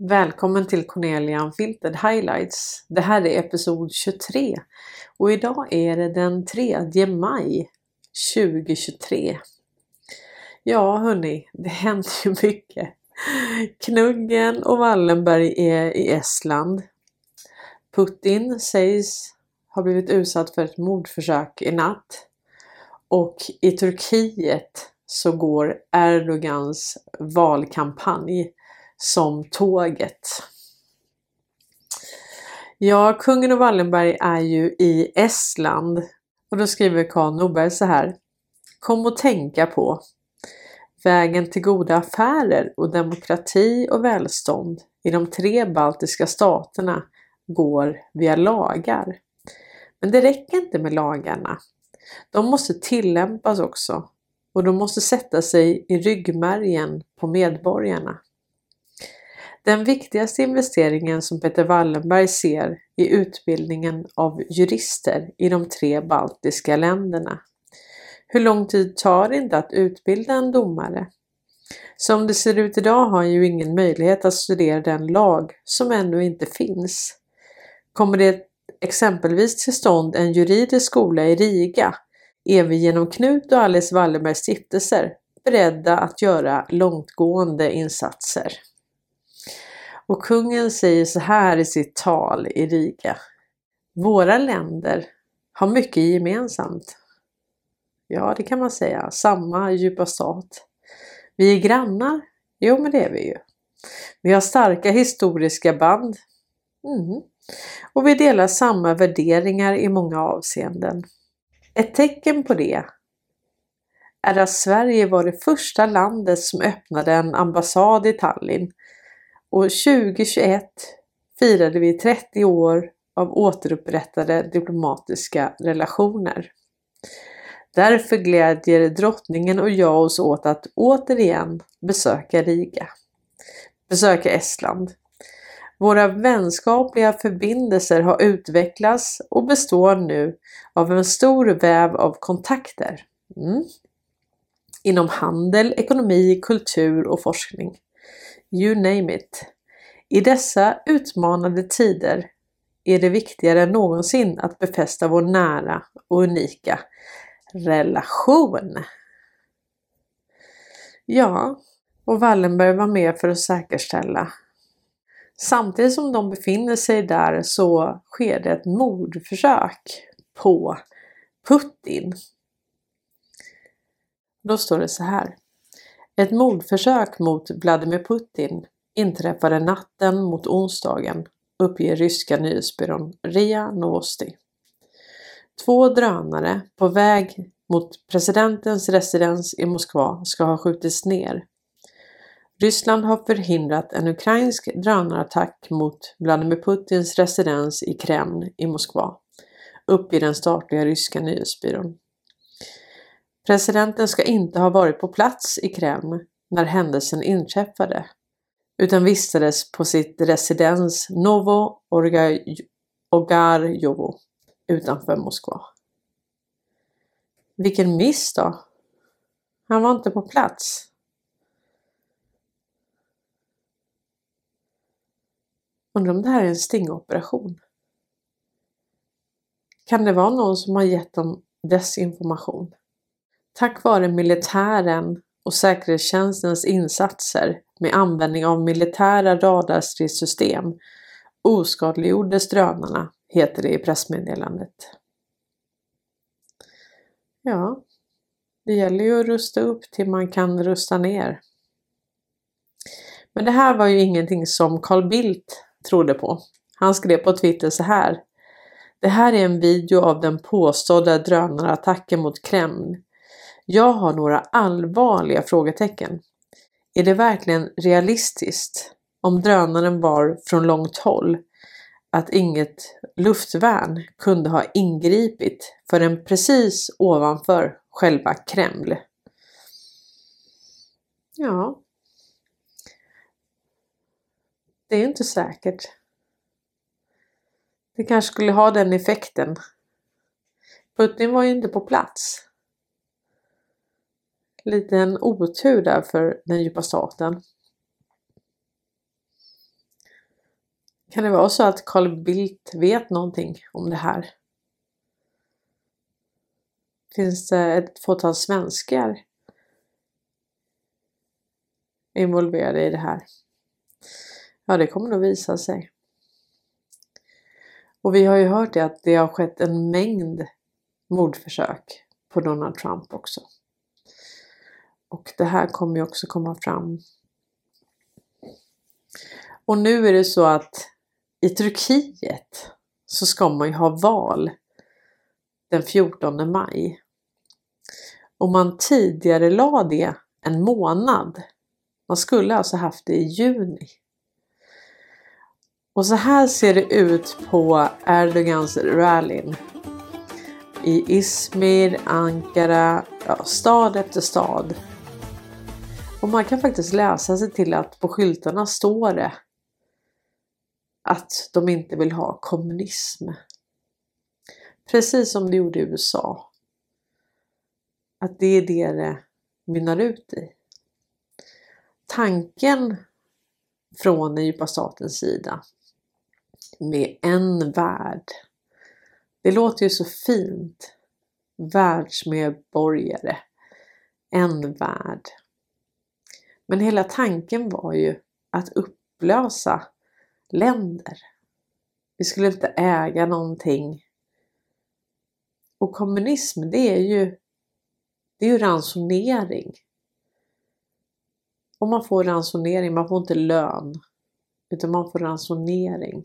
Välkommen till Cornelia Unfiltered Highlights. Det här är episod 23 och idag är det den 3 maj 2023. Ja hörni, det händer ju mycket. Knuggen och Wallenberg är i Estland. Putin sägs ha blivit utsatt för ett mordförsök i natt. Och i Turkiet så går Erdogans valkampanj som tåget. Ja, kungen och Wallenberg är ju i Estland och då skriver Carl Norberg så här. Kom att tänka på vägen till goda affärer och demokrati och välstånd i de 3 baltiska staterna går via lagar. Men det räcker inte med lagarna. De måste tillämpas också och de måste sätta sig i ryggmärgen på medborgarna. Den viktigaste investeringen som Peter Wallenberg ser är utbildningen av jurister i de 3 baltiska länderna. Hur lång tid tar det inte att utbilda en domare? Som det ser ut idag har han ju ingen möjlighet att studera den lag som ännu inte finns. Kommer det exempelvis till stånd en juridisk skola i Riga är vi genom Knut och Alice Wallenbergs stiftelser beredda att göra långtgående insatser. Och kungen säger så här i sitt tal i Riga. Våra länder har mycket gemensamt. Ja, det kan man säga. Samma djupa stat. Vi är grannar. Jo, men det är vi ju. Vi har starka historiska band. Och vi delar samma värderingar i många avseenden. Ett tecken på det är att Sverige var det första landet som öppnade en ambassad i Tallinn. Och 2021 firade vi 30 år av återupprättade diplomatiska relationer. Därför glädjer drottningen och jag oss åt att återigen besöka Riga. Besöka Estland. Våra vänskapliga förbindelser har utvecklats och består nu av en stor väv av kontakter. Inom handel, ekonomi, kultur och forskning. You name it. I dessa utmanande tider är det viktigare än någonsin att befästa vår nära och unika relation. Ja, och Wallenberg var med för att säkerställa. Samtidigt som de befinner sig där så sker det ett mordförsök på Putin. Då står det så här. Ett mordförsök mot Vladimir Putin inträffade natten mot onsdagen, uppger ryska nyhetsbyrån RIA Novosti. 2 drönare på väg mot presidentens residens i Moskva ska ha skjutits ner. Ryssland har förhindrat en ukrainsk drönarattack mot Vladimir Putins residens i Kreml i Moskva, uppger den statliga ryska nyhetsbyrån. Presidenten ska inte ha varit på plats i Kreml när händelsen inträffade, utan vistades på sitt residens Novo Ogarjovo utanför Moskva. Vilken miss då? Han var inte på plats. Undrar om det här är en stingoperation. Kan det vara någon som har gett dem desinformation? Tack vare militären och säkerhetstjänstens insatser med användning av militära radarstridssystem oskadliggjordes drönarna, heter det i pressmeddelandet. Ja, det gäller ju att rusta upp till man kan rusta ner. Men det här var ju ingenting som Carl Bildt trodde på. Han skrev på Twitter så här. Det här är en video av den påstådda drönarattacken mot Kreml. Jag har några allvarliga frågetecken. Är det verkligen realistiskt om drönaren var från långt håll att inget luftvärn kunde ha ingripit förrän precis ovanför själva Kreml? Ja. Det är inte säkert. Det kanske skulle ha den effekten. Putin var ju inte på plats. Lite en otur där för den djupa staten. Kan det vara så att Carl Bildt vet någonting om det här? Finns det ett fåtal svenskar involverade i det här? Ja, det kommer nog visa sig. Och vi har ju hört det att det har skett en mängd mordförsök på Donald Trump också. Och det här kommer ju också komma fram. Och nu är det så att i Turkiet så ska man ju ha val den 14 maj. Och man tidigare la det en månad. Man skulle alltså haft det i juni. Och så här ser det ut på Erdogans rallyn. I Izmir, Ankara, stad efter stad. Och man kan faktiskt läsa sig till att på skyltarna står det att de inte vill ha kommunism. Precis som det gjorde i USA. Att det är det mynnar ut i. Tanken från den djupa statens sida med en värld. Det låter ju så fint. Världsmedborgare. En värld. Men hela tanken var ju att upplösa länder. Vi skulle inte äga någonting. Och kommunism, det är ju ransonering. Och man får ransonering, man får inte lön. Utan man får ransonering.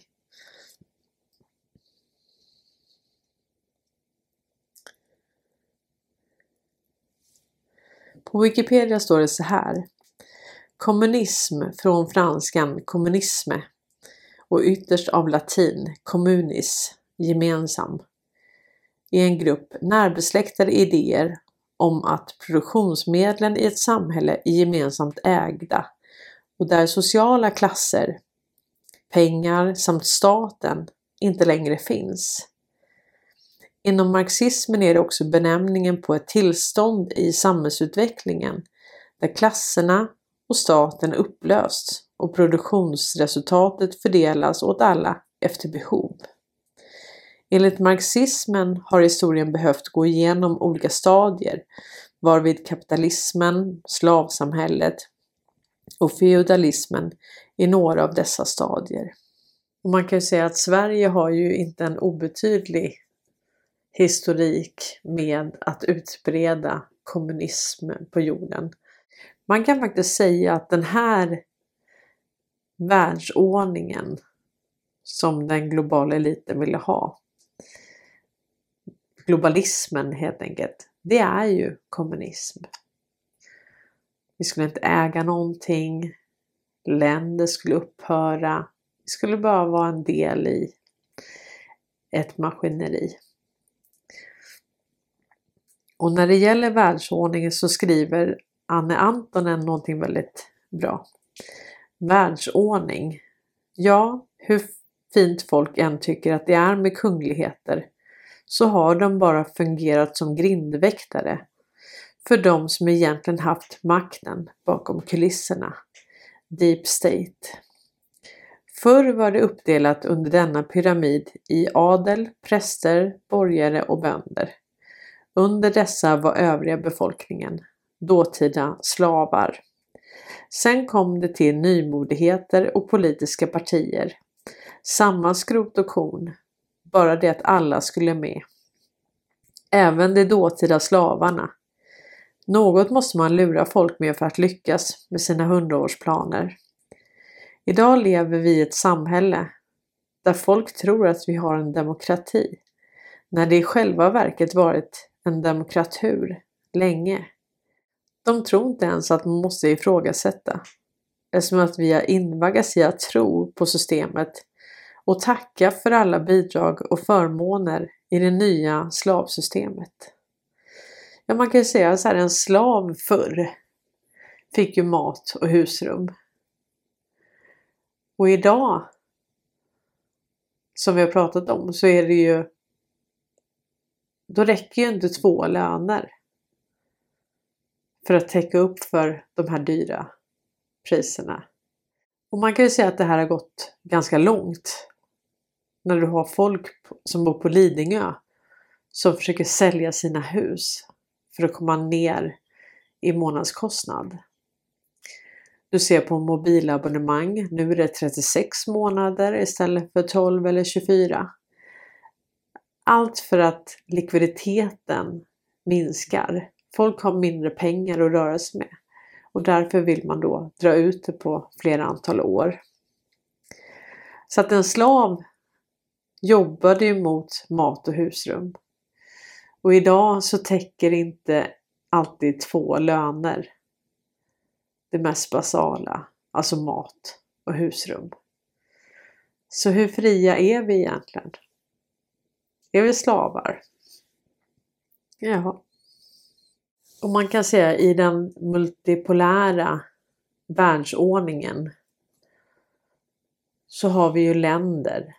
På Wikipedia står det så här. Kommunism från franskan kommunisme och ytterst av latin communis, gemensam, är en grupp närbesläktade idéer om att produktionsmedlen i ett samhälle är gemensamt ägda och där sociala klasser, pengar samt staten inte längre finns. Inom marxismen är det också benämningen på ett tillstånd i samhällsutvecklingen där klasserna och staten upplösts och produktionsresultatet fördelas åt alla efter behov. Enligt marxismen har historien behövt gå igenom olika stadier varvid kapitalismen, slavsamhället och feudalismen är några av dessa stadier. Och man kan ju säga att Sverige har ju inte en obetydlig historik med att utbreda kommunism på jorden. Man kan faktiskt säga att den här världsordningen som den globala eliten ville ha, globalismen helt enkelt, det är ju kommunism. Vi skulle inte äga någonting, länder skulle upphöra, vi skulle bara vara en del i ett maskineri. Och när det gäller världsordningen så skriver Anne Antonen någonting väldigt bra. Världsordning. Ja, hur fint folk än tycker att det är med kungligheter så har de bara fungerat som grindväktare för de som egentligen haft makten bakom kulisserna. Deep State. Förr var det uppdelat under denna pyramid i adel, präster, borgare och bönder. Under dessa var övriga befolkningen, dåtida slavar. Sen kom det till nymodigheter och politiska partier. Samma skrot och korn, bara det att alla skulle med. Även de dåtida slavarna. Något måste man lura folk med för att lyckas med sina 100-årsplaner. Idag lever vi i ett samhälle där folk tror att vi har en demokrati, när det i själva verket varit en demokratur länge. De tror inte ens att man måste ifrågasätta, eftersom att vi har invaggats i att tro på systemet och tacka för alla bidrag och förmåner i det nya slavsystemet. Ja, man kan ju säga så här, en slav förr fick ju mat och husrum. Och idag, som vi har pratat om, så är det ju, då räcker ju inte 2 löner för att täcka upp för de här dyra priserna. Och man kan ju säga att det här har gått ganska långt. När du har folk som bor på Lidingö som försöker sälja sina hus för att komma ner i månadskostnad. Du ser på mobilabonnemang, nu är det 36 månader istället för 12 eller 24. Allt för att likviditeten minskar. Folk har mindre pengar att röra sig med. Och därför vill man då dra ut det på flera antal år. Så att en slav jobbade ju mot mat och husrum. Och idag så täcker inte alltid 2 löner det mest basala, alltså mat och husrum. Så hur fria är vi egentligen? Är vi slavar? Ja. Och man kan säga i den multipolära världsordningen så har vi ju länder.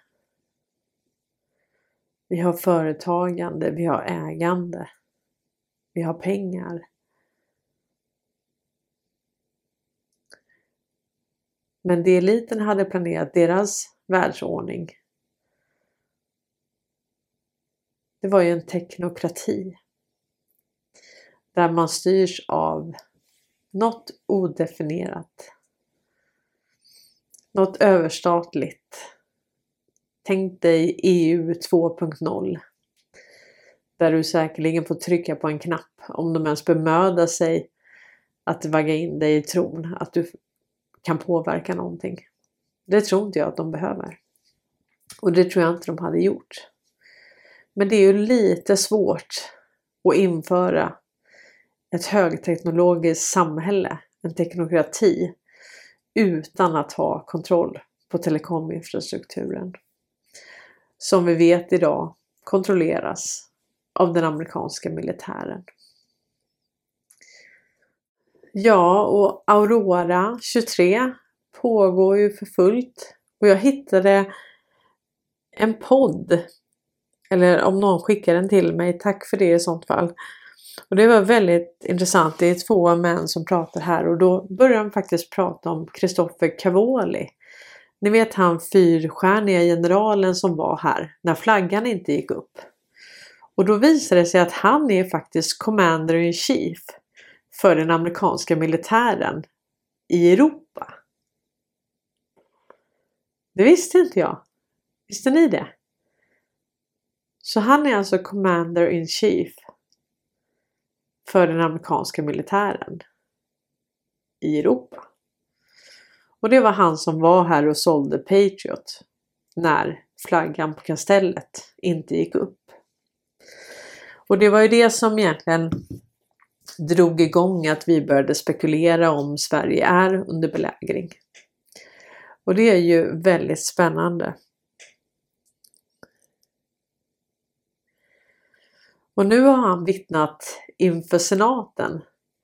Vi har företagande, vi har ägande, vi har pengar. Men det eliten hade planerat, deras världsordning, det var ju en teknokrati. Där man styrs av något odefinierat. Något överstatligt. Tänk dig EU 2.0. Där du säkerligen får trycka på en knapp om de ens bemödar sig att vagga in dig i tron att du kan påverka någonting. Det tror inte jag att de behöver. Och det tror jag inte de hade gjort. Men det är ju lite svårt att införa ett högteknologiskt samhälle, en teknokrati, utan att ha kontroll på telekominfrastrukturen. Som vi vet idag kontrolleras av den amerikanska militären. Ja, och Aurora 23 pågår ju för fullt. Och jag hittade en podd. Eller om någon skickar den till mig, tack för det i sånt fall. Och det var väldigt intressant. Det är 2 män som pratar här. Och då börjar de faktiskt prata om Christopher Cavoli. Ni vet han 4-stjärniga generalen som var här när flaggan inte gick upp. Och då visade det sig att han är faktiskt commander in chief för den amerikanska militären i Europa. Det visste inte jag. Visste ni det? Så han är alltså commander in chief för den amerikanska militären i Europa. Och det var han som var här och sålde Patriot när flaggan på kastellet inte gick upp. Och det var ju det som egentligen drog igång att vi började spekulera om Sverige är under belägring. Och det är ju väldigt spännande. Och nu har han vittnat inför senaten.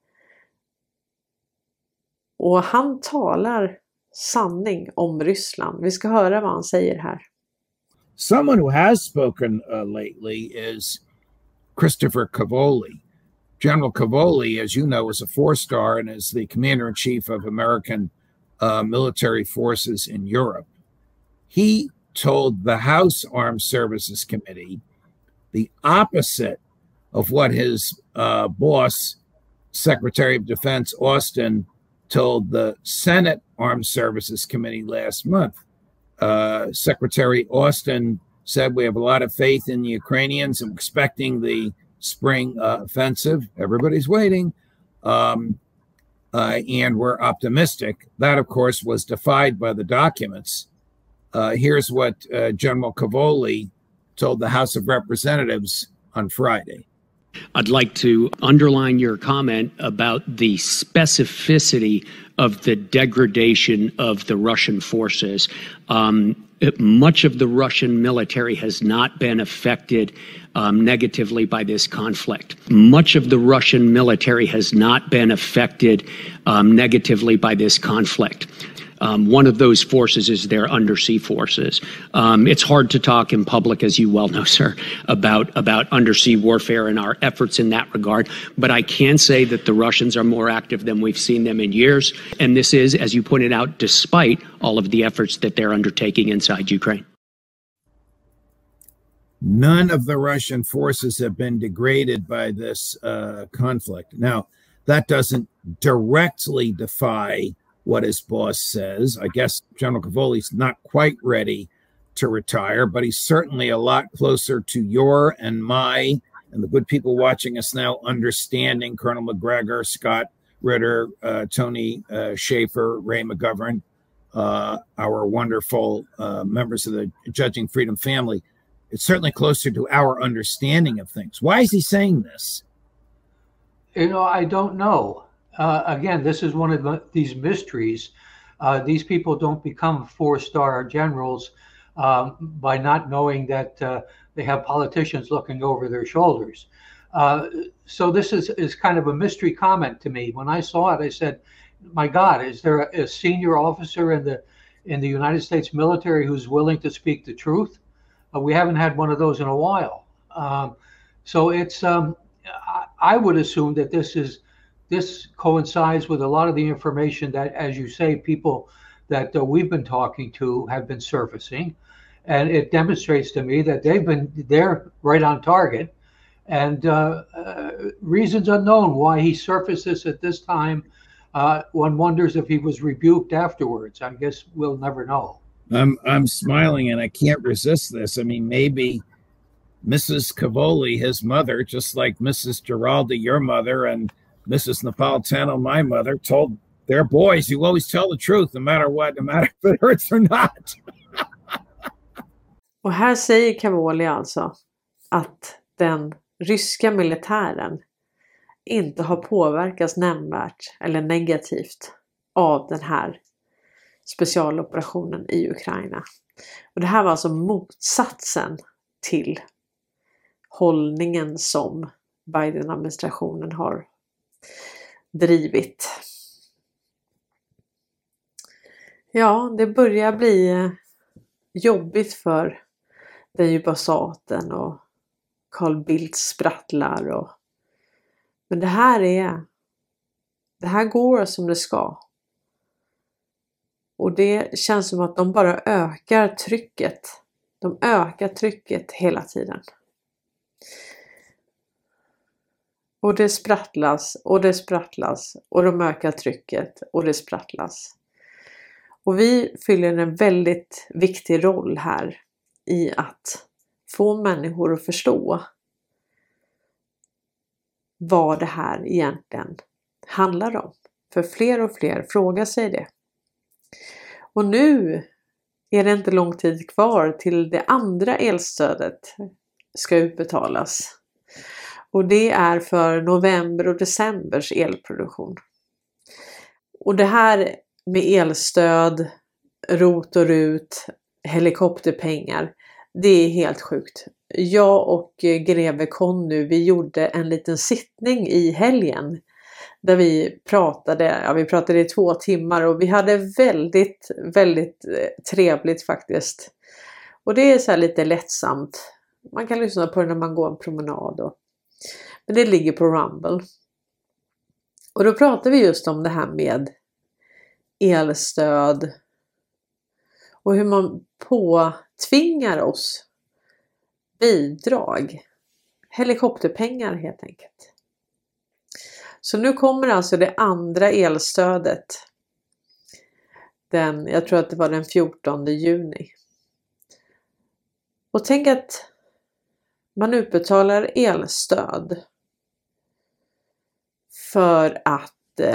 Och han talar sanning om Ryssland. Vi ska höra vad han säger här. Someone who has spoken lately is Christopher Cavoli. General Cavoli, as you know, is a 4-star and is the commander-in-chief of American military forces in Europe. He told the House Armed Services Committee the opposite of what his boss, Secretary of Defense Austin, told the Senate Armed Services Committee last month. Secretary Austin said we have a lot of faith in the Ukrainians and expecting the spring offensive. Everybody's waiting. And we're optimistic. That, of course, was defied by the documents. Here's what General Cavoli told the House of Representatives on Friday. I'd like to underline your comment about the specificity of the degradation of the Russian forces. Much of the Russian military has not been affected negatively by this conflict. Much of the Russian military has not been affected negatively by this conflict. One of those forces is their undersea forces. It's hard to talk in public, as you well know, sir, about undersea warfare and our efforts in that regard. But I can say that the Russians are more active than we've seen them in years. And this is, as you pointed out, despite all of the efforts that they're undertaking inside Ukraine. None of the Russian forces have been degraded by this conflict. Now, that doesn't directly defy what his boss says. I guess General Cavoli's not quite ready to retire, but he's certainly a lot closer to your and my and the good people watching us now understanding Colonel McGregor, Scott Ritter, Tony Schaefer, Ray McGovern, our wonderful members of the Judging Freedom family. It's certainly closer to our understanding of things. Why is he saying this? I don't know. Again, this is one of these mysteries. These people don't become four-star generals by not knowing that they have politicians looking over their shoulders. So this is kind of a mystery comment to me. When I saw it, I said, my God, is there a senior officer in the United States military who's willing to speak the truth? We haven't had one of those in a while. So it's, I would assume that this coincides with a lot of the information that, as you say, people that we've been talking to have been surfacing. And it demonstrates to me that they're right on target. And reasons unknown why he surfaced this at this time. One wonders if he was rebuked afterwards. I guess we'll never know. I'm smiling and I can't resist this. I mean, maybe Mrs. Cavoli, his mother, just like Mrs. Giraldi, your mother, and Mrs. Napolitano, my mother, told their boys, you always tell the truth no matter what, no matter if it hurts or not. Och här säger Cavoli alltså att den ryska militären inte har påverkats nämnvärt eller negativt av den här specialoperationen i Ukraina. Och det här var alltså motsatsen till hållningen som Biden-administrationen har drivit. Ja, det börjar bli jobbigt för den djupa staten och Carl Bildt sprattlar. Men det här går som det ska. Och det känns som att de bara ökar trycket. De ökar trycket hela tiden. Och det sprattlas och det sprattlas och de ökar trycket och det sprattlas. Och vi fyller en väldigt viktig roll här i att få människor att förstå vad det här egentligen handlar om. För fler och fler frågar sig det. Och nu är det inte lång tid kvar till det andra elstödet ska utbetalas. Och det är för november och decembers elproduktion. Och det här med elstöd, ROT och RUT, helikopterpengar, det är helt sjukt. Jag och greve Conny, vi gjorde en liten sittning i helgen där vi pratade i 2 timmar och vi hade väldigt, väldigt trevligt faktiskt. Och det är så här lite lättsamt. Man kan lyssna på det när man går en promenad. Men det ligger på Rumble. Och då pratar vi just om det här med elstöd och hur man påtvingar oss bidrag. Helikopterpengar helt enkelt. Så nu kommer alltså det andra elstödet. Jag tror att det var den 14 juni. Och tänk att man utbetalar elstöd för att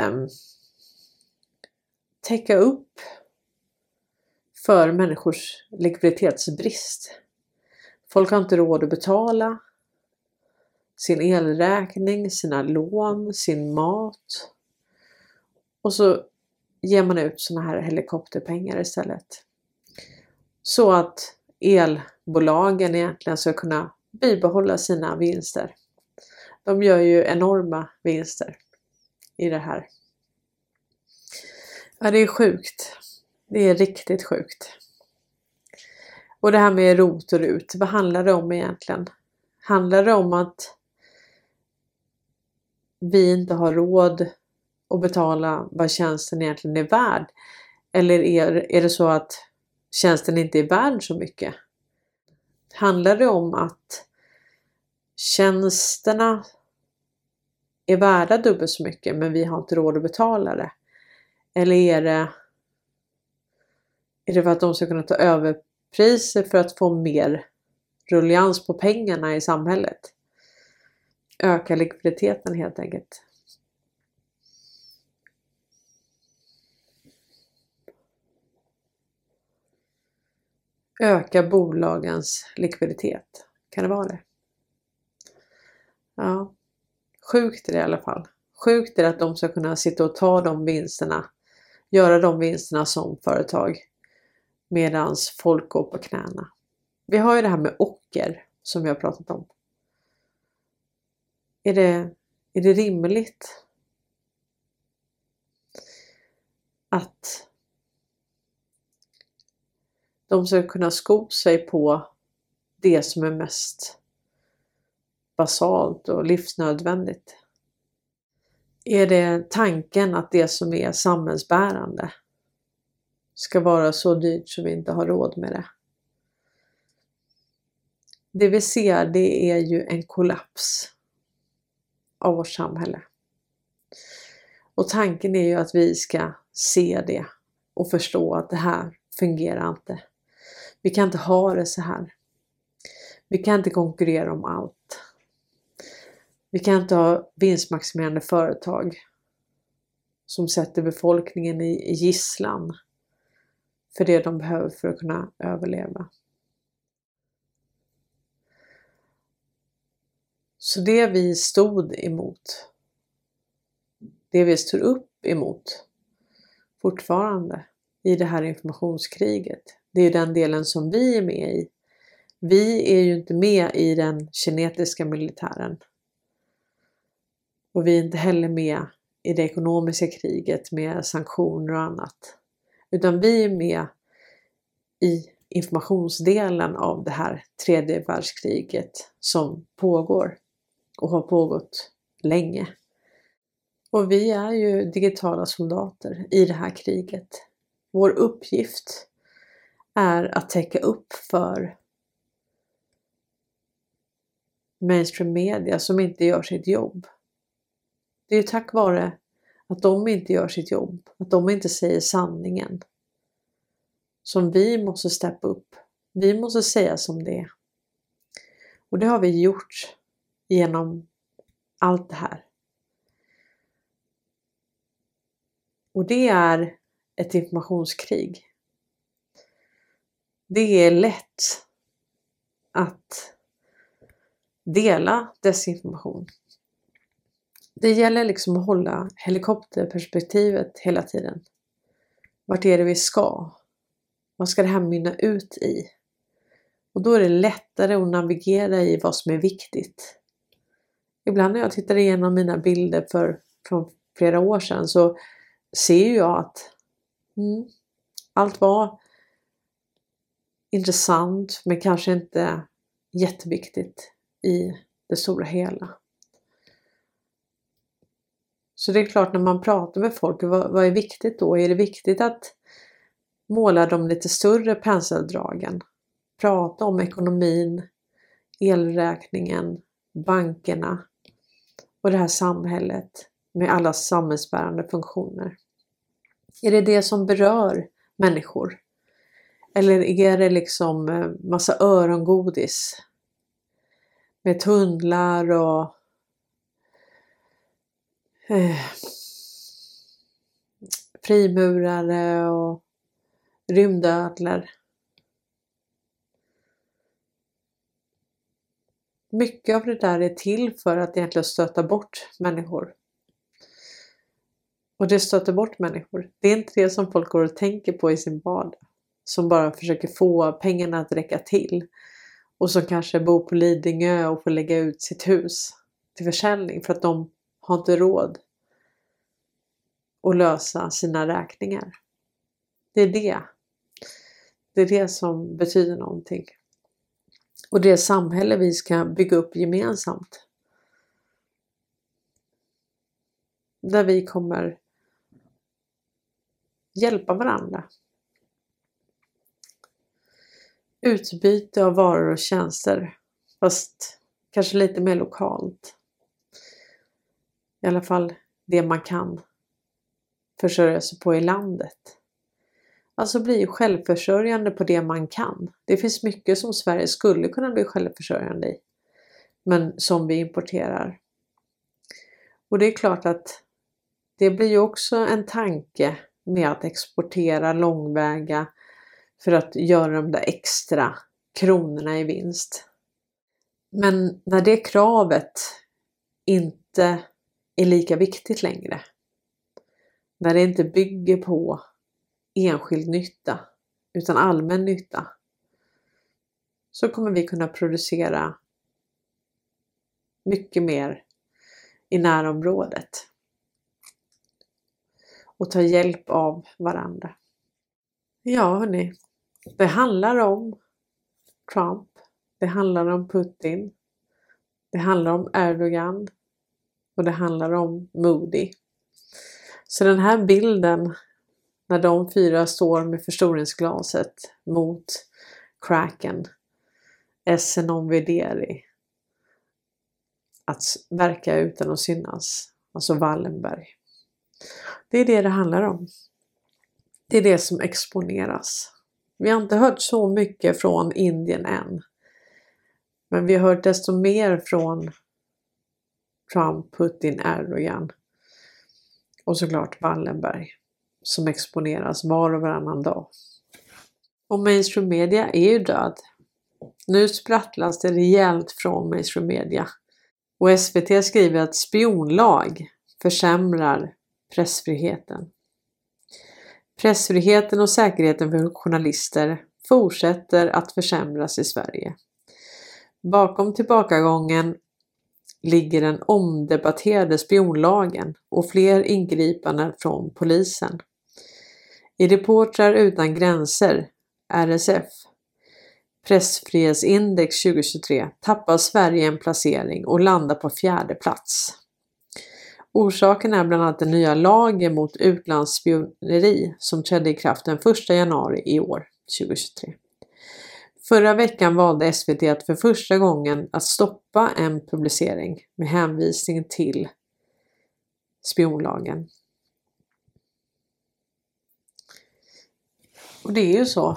täcka upp för människors likviditetsbrist. Folk har inte råd att betala sin elräkning, sina lån, sin mat. Och så ger man ut såna här helikopterpengar istället. Så att elbolagen egentligen ska kunna bibehålla sina vinster. De gör ju enorma vinster i det här. Ja, det är sjukt. Det är riktigt sjukt. Och det här med ROT och RUT, vad handlar det om egentligen? Handlar det om att vi inte har råd att betala vad tjänsten egentligen är värd? Eller är det så att tjänsten inte är värd så mycket? Handlar det om att tjänsterna är värda dubbelt så mycket men vi har inte råd att betala det? Eller är det för att de ska kunna ta överpriser för att få mer rullians på pengarna i samhället? Öka likviditeten helt enkelt. Öka bolagens likviditet. Kan det vara det? Ja. Sjukt är det i alla fall. Sjukt är det att de ska kunna sitta och ta de vinsterna. Göra de vinsterna som företag. Medans folk går på knäna. Vi har ju det här med ocker som vi har pratat om. Är det rimligt att de ska kunna sko sig på det som är mest basalt och livsnödvändigt? Är det tanken att det som är samhällsbärande ska vara så dyrt så vi inte har råd med det? Det vi ser, det är ju en kollaps av vårt samhälle. Och tanken är ju att vi ska se det och förstå att det här fungerar inte. Vi kan inte ha det så här. Vi kan inte konkurrera om allt. Vi kan inte ha vinstmaximerande företag som sätter befolkningen i gisslan för det de behöver för att kunna överleva. Så det vi stod emot, det vi står upp emot fortfarande i det här informationskriget, det är den delen som vi är med i. Vi är ju inte med i den kinesiska militären. Och vi är inte heller med i det ekonomiska kriget med sanktioner och annat. Utan vi är med i informationsdelen av det här tredje världskriget som pågår och har pågått länge. Och vi är ju digitala soldater i det här kriget. Vår uppgift är att täcka upp för mainstream media som inte gör sitt jobb. Det är ju tack vare att de inte gör sitt jobb, att de inte säger sanningen, som vi måste steppa upp. Vi måste säga som det är. Och det har vi gjort genom allt det här. Och det är ett informationskrig. Det är lätt att dela desinformation. Det gäller liksom att hålla helikopterperspektivet hela tiden. Vart är det vi ska? Vad ska det här mynna ut i? Och då är det lättare att navigera i vad som är viktigt. Ibland när jag tittar igenom mina bilder från flera år sedan så ser jag att allt var intressant men kanske inte jätteviktigt i det stora hela. Så det är klart, när man pratar med folk, vad är viktigt då? Är det viktigt att måla de lite större penseldragen? Prata om ekonomin, elräkningen, bankerna och det här samhället med alla samhällsbärande funktioner. Är det det som berör människor? Eller är det liksom massa örongodis med tunnlar och frimurare och rymdödlor? Mycket av det där är till för att egentligen stöta bort människor. Och det stöter bort människor. Det är inte det som folk går och tänker på i sin vardag. Som bara försöker få pengarna att räcka till. Och som kanske bor på Lidingö och får lägga ut sitt hus till försäljning för att de har inte råd att lösa sina räkningar. Det är det. Det är det som betyder någonting. Och det samhälle vi ska bygga upp gemensamt. Där vi kommer hjälpa varandra. Utbyte av varor och tjänster. Fast kanske lite mer lokalt. I alla fall det man kan försörja sig på i landet. Alltså bli självförsörjande på det man kan. Det finns mycket som Sverige skulle kunna bli självförsörjande i. Men som vi importerar. Och det är klart att det blir ju också en tanke med att exportera långväga för att göra de där extra kronorna i vinst. Men när det kravet inte är lika viktigt längre. När det inte bygger på enskild nytta utan allmän nytta. Så kommer vi kunna producera mycket mer i närområdet. Och ta hjälp av varandra. Ja hörni, det handlar om Trump. Det handlar om Putin. Det handlar om Erdogan. Och det handlar om Modi. Så den här bilden när de 4 står med förstoringsglaset mot Kraken, esse non vedere, att verka utan att synas, alltså Wallenberg. Det är det handlar om. Det är det som exponeras. Vi har inte hört så mycket från Indien än. Men vi har hört desto mer från Trump, Putin, Erdogan och såklart Wallenberg som exponeras var och varannan dag. Och mainstream media är ju död. Nu sprattlas det rejält från mainstream media. Och SVT skriver att spionlag försämrar pressfriheten. Pressfriheten och säkerheten för journalister fortsätter att försämras i Sverige. Bakom tillbakagången ligger den omdebatterade spionlagen och fler ingripanden från polisen. I Reportrar utan gränser, RSF, Pressfrihetsindex 2023 tappar Sverige en placering och landar på 4:e plats. Orsaken är bland annat den nya lagen mot utlandsspioneri som trädde i kraft den 1 januari i år, 2023. Förra veckan valde SVT att för första gången att stoppa en publicering med hänvisning till spionlagen. Och det är ju så.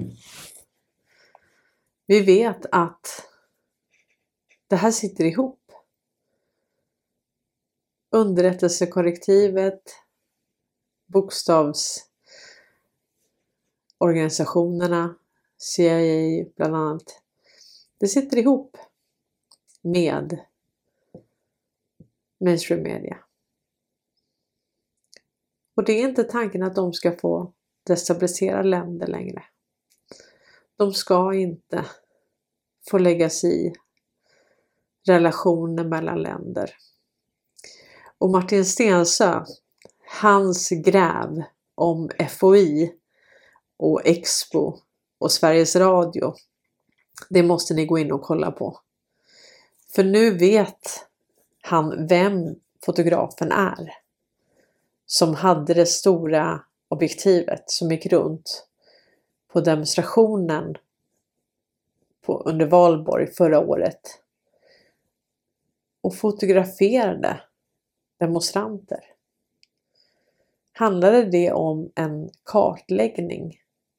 Vi vet att det här sitter ihop. Underrättelsekorrektivet, bokstavsorganisationerna, CIA bland annat. Det sitter ihop med mainstream media. Och det är inte tanken att de ska få destabilisera länder längre. De ska inte få lägga sig i relationer mellan länder. Och Martin Stensö, hans gräv om FOI och Expo och Sveriges Radio, det måste ni gå in och kolla på. För nu vet han vem fotografen är som hade det stora objektivet som gick runt på demonstrationen under Valborg förra året och fotograferade demonstranter. Handlade det om en kartläggning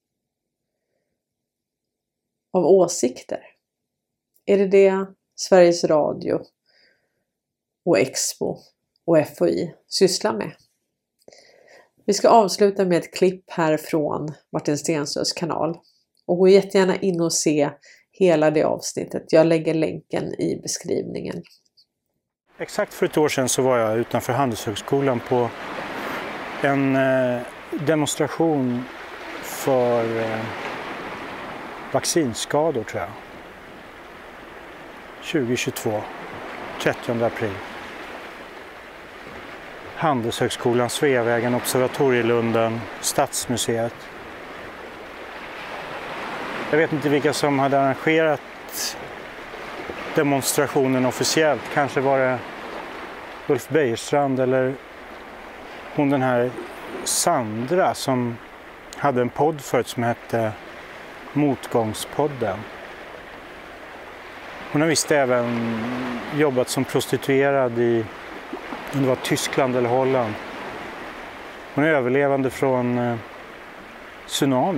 av åsikter? Är det det Sveriges Radio och Expo och FOI sysslar med? Vi ska avsluta med ett klipp här från Martin Stensös kanal. Och gå jättegärna in och se hela det avsnittet. Jag lägger länken i beskrivningen. Exakt för ett år sedan så var jag utanför Handelshögskolan på en demonstration för vaccinskador tror jag. 2022, 30 april. Handelshögskolan, Sveavägen, Observatorielunden, Stadsmuseet. Jag vet inte vilka som hade arrangerat demonstrationen officiellt. Kanske var det Ulf Bejerstrand eller hon den här Sandra som hade en podd förut som hette Motgångspodden. Hon har visst även jobbat som prostituerad i, om det var Tyskland eller Holland. Hon är överlevande från tsunamin.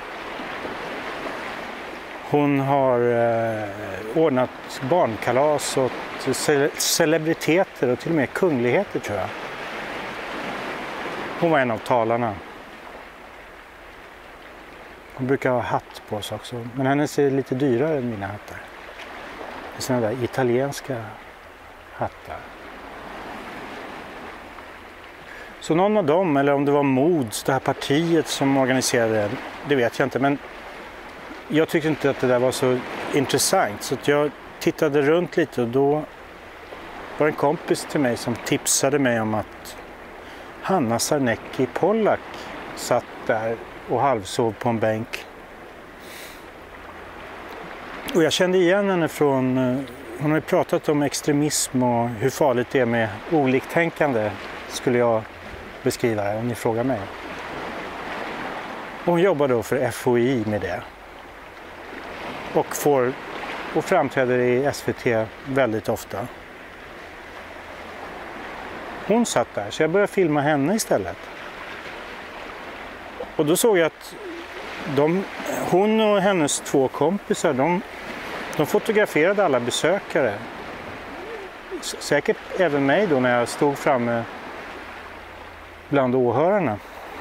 Hon har ordnat barnkalas åt celebriteter och till och med kungligheter, tror jag. Hon var en av talarna. Hon brukar ha hatt på sig också, men hennes är lite dyrare än mina hattar. Det är sådana där italienska hattar. Så någon av dem, eller om det var Mods, det här partiet som organiserade det vet jag inte. Men jag tyckte inte att det där var så intressant. Så att jag tittade runt lite och då var en kompis till mig som tipsade mig om att Hanna Sarnecki Pollack satt där och halvsov på en bänk. Och jag kände igen henne från, hon har ju pratat om extremism och hur farligt det är med oliktänkande, skulle jag beskriva det om ni frågar mig. Och hon jobbar då för FOI med det. Och framträder i SVT väldigt ofta. Hon satt där, så jag började filma henne istället. Och då såg jag att hon och hennes 2 kompisar, de fotograferade alla besökare. Säkert även mig då när jag stod framme bland åhörarna.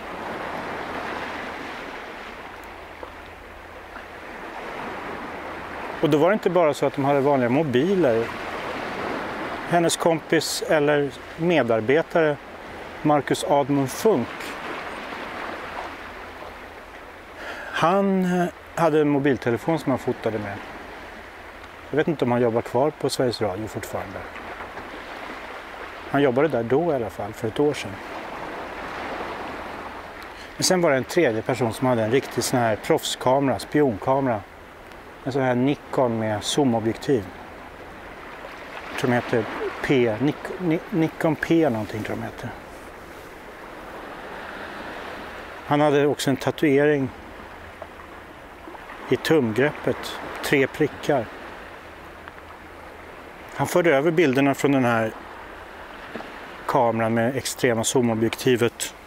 Och då var det inte bara så att de hade vanliga mobiler. Hennes kompis eller medarbetare Marcus Admund Funk, han hade en mobiltelefon som han fotade med. Jag vet inte om han jobbar kvar på Sveriges Radio fortfarande. Han jobbade där då i alla fall, för ett år sedan. Men sen var det en tredje person som hade en riktig sån här proffskamera, spionkamera. En sån här Nikon med zoomobjektiv. Jag tror de heter Nikon P någonting tror de heter. Han hade också en tatuering i tumgreppet, 3 prickar. Han förde över bilderna från den här kameran med extrema zoomobjektivet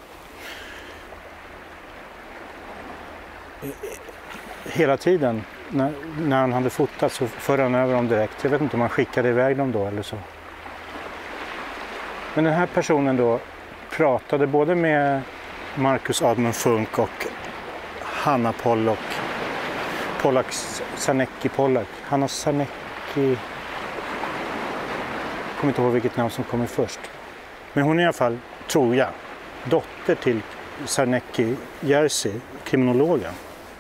hela tiden. När han hade fotat så förde han över dem direkt. Jag vet inte om han skickade iväg dem då eller så. Men den här personen då pratade både med Marcus Admund Funk och Hanna Pollack. Sarnecki Pollack. Hanna Sarnecki. Jag kommer inte ihåg vilket namn som kommer först. Men hon är i alla fall, tror jag, dotter till Sarnecki Jerzy, kriminologen.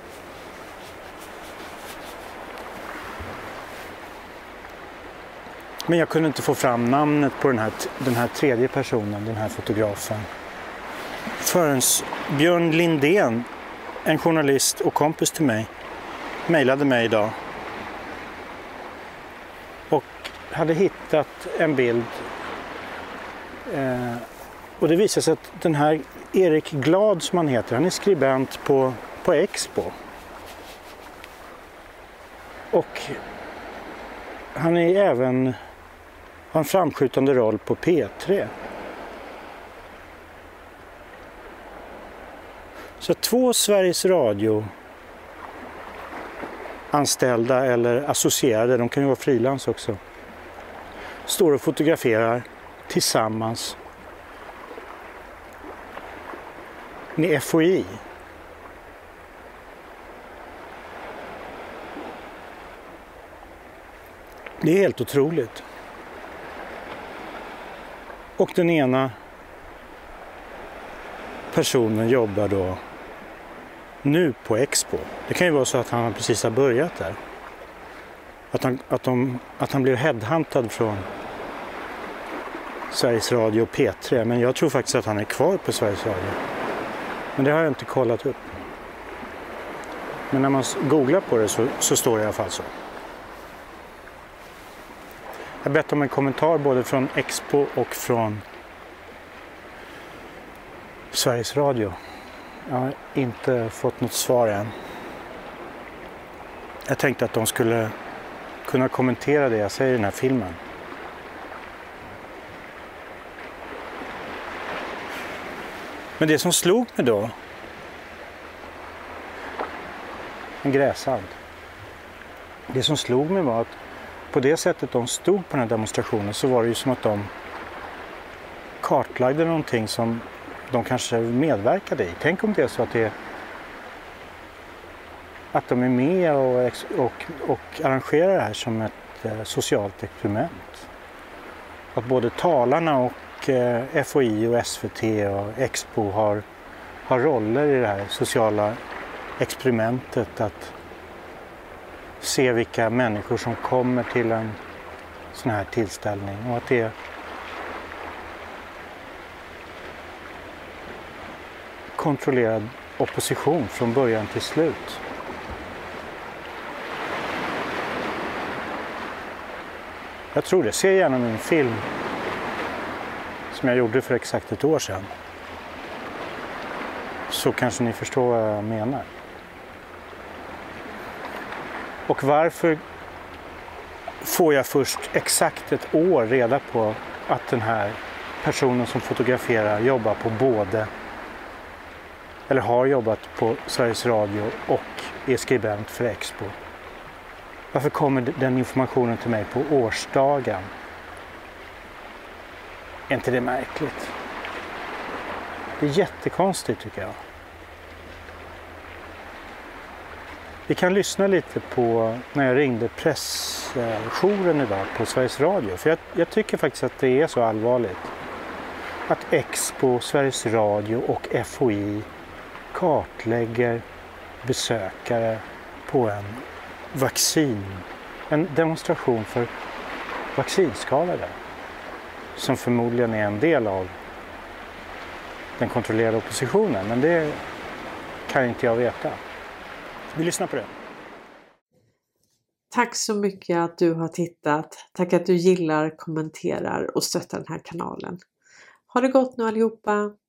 Men jag kunde inte få fram namnet på den här tredje personen, den här fotografen. Förrän Björn Lindén, en journalist och kompis till mig, mejlade mig idag. Och hade hittat en bild. Och det visade sig att den här Erik Glad som han heter, han är skribent på Expo. Och han är även har en framskjutande roll på P3. Så 2 Sveriges Radio anställda eller associerade, de kan ju vara frilans också, står och fotograferar tillsammans med FOI. Det är helt otroligt. Och den ena personen jobbar då nu på Expo. Det kan ju vara så att han precis har börjat där. Att han blir headhuntad från Sveriges Radio och P3. Men jag tror faktiskt att han är kvar på Sveriges Radio. Men det har jag inte kollat upp. Men när man googlar på det så står det i alla fall så. Jag bett om en kommentar både från Expo och från Sveriges Radio. Jag har inte fått något svar än. Jag tänkte att de skulle kunna kommentera det jag säger i den här filmen. Men det som slog mig då, en gräsand. Det som slog mig var att på det sättet de stod på den här demonstrationen så var det ju som att de kartlagde någonting som de kanske medverkade i. Tänk om det är så att de är med och arrangerar det här som ett socialt experiment. Att både talarna och FOI och SVT och Expo har roller i det här sociala experimentet att se vilka människor som kommer till en sån här tillställning och att det är kontrollerad opposition från början till slut. Jag tror det. Se gärna min film som jag gjorde för exakt ett år sedan. Så kanske ni förstår vad jag menar. Och varför får jag först exakt ett år reda på att den här personen som fotograferar jobbar på eller har jobbat på Sveriges Radio och är skribent för Expo? Varför kommer den informationen till mig på årsdagen? Är inte det märkligt? Det är jättekonstigt tycker jag. Vi kan lyssna lite på när jag ringde pressjouren idag på Sveriges Radio. För jag tycker faktiskt att det är så allvarligt. Att Expo, Sveriges Radio och FOI kartlägger besökare på en demonstration för vaccinskadade. Som förmodligen är en del av den kontrollerade oppositionen. Men det kan inte jag veta. Vi lyssnar på det. Tack så mycket att du har tittat. Tack att du gillar, kommenterar och stöttar den här kanalen. Ha det gott nu allihopa!